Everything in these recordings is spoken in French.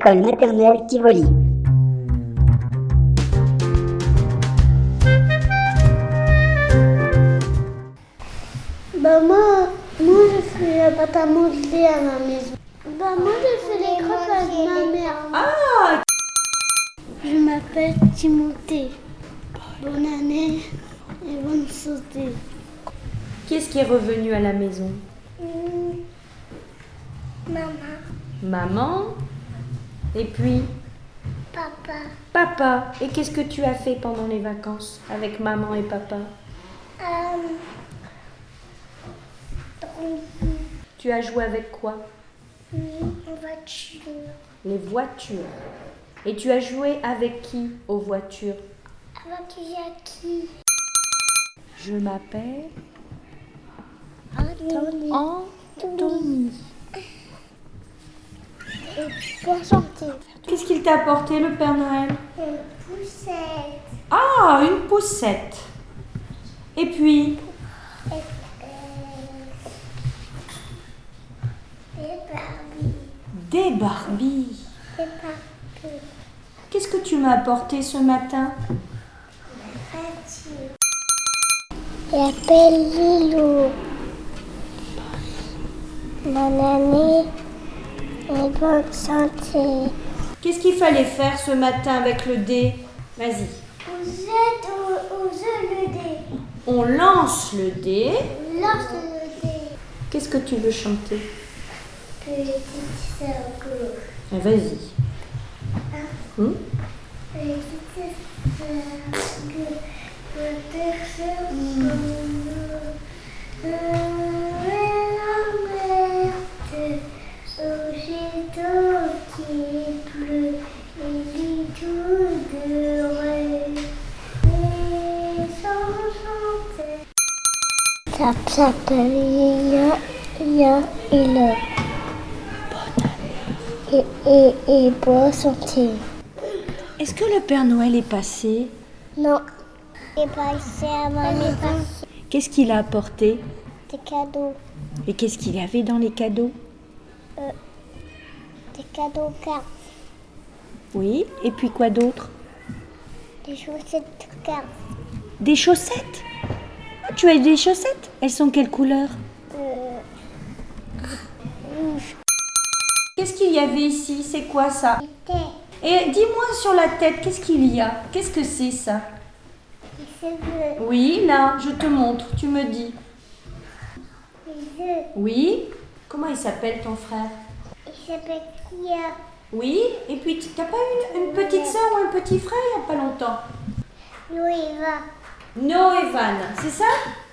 l'école maternelle Tivoli. Moi je fais la pâte à modeler à ma maison. Moi je fais les crêpes avec ma mère. Ah! Je m'appelle Timothée. Bonne année et bonne santé. Qui est-ce qui est revenu à la maison? Maman, Maman. Et puis papa, papa. Et qu'est-ce que tu as fait pendant les vacances avec maman et papa? Tu as joué avec quoi? en voiture. Les voitures. Et tu as joué avec qui aux voitures? Avec Jackie. Je m'appelle Anthony. Anthony. Et pour chanter. Qu'est-ce qu'il t'a apporté, le Père Noël? Une poussette. Ah, une poussette. Et puis Et Barbie. des Barbies. Et Barbie. Qu'est-ce que tu m'as apporté ce matin? Il appelle Lilo. Bonne année et bonne santé. Qu'est-ce qu'il fallait faire ce matin avec le dé? Vas-y. Vous êtes aux œufs le dé. On lance le dé. Lance le dé. Qu'est-ce que tu veux chanter? Petite sœur gauche. Ah, vas-y. Petite sœur gauche. Petite sœur gauche. Aussitôt qu'il pleut, il dit tout heureux. Et sans chanter. Ça s'appelle Yann et le. Et bonne santé. Est-ce que le Père Noël est passé? Non. Il est passé à ma maison. Qu'est-ce qu'il a apporté? Des cadeaux. Et qu'est-ce qu'il y avait dans les cadeaux? Des cadeaux cartes. Oui, et puis quoi d'autre? Des chaussettes cartes. Des chaussettes? Ah, tu as des chaussettes? Elles sont quelle couleur? Rouge. Qu'est-ce qu'il y avait ici? C'est quoi ça? Des Et dis-moi sur la tête, qu'est-ce qu'il y a? Qu'est-ce que c'est ça? cheveux. Oui, là, je te montre, tu me dis. Les œufs. Oui? Comment il s'appelle ton frère? Il s'appelle Kia. Oui? Et puis, t'as pas une petite sœur ou un petit frère il n'y a pas longtemps? Noéva. Noévan, c'est ça?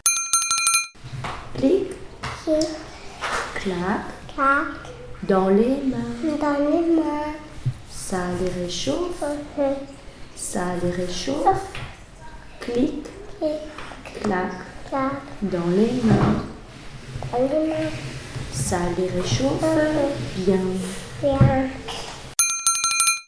Clic, Qui clac, claque dans les mains. dans les mains. Ça les réchauffe, ça les réchauffe. Clic, Qui clac, claque dans les mains. dans les mains. Ça les réchauffe bien. Bien.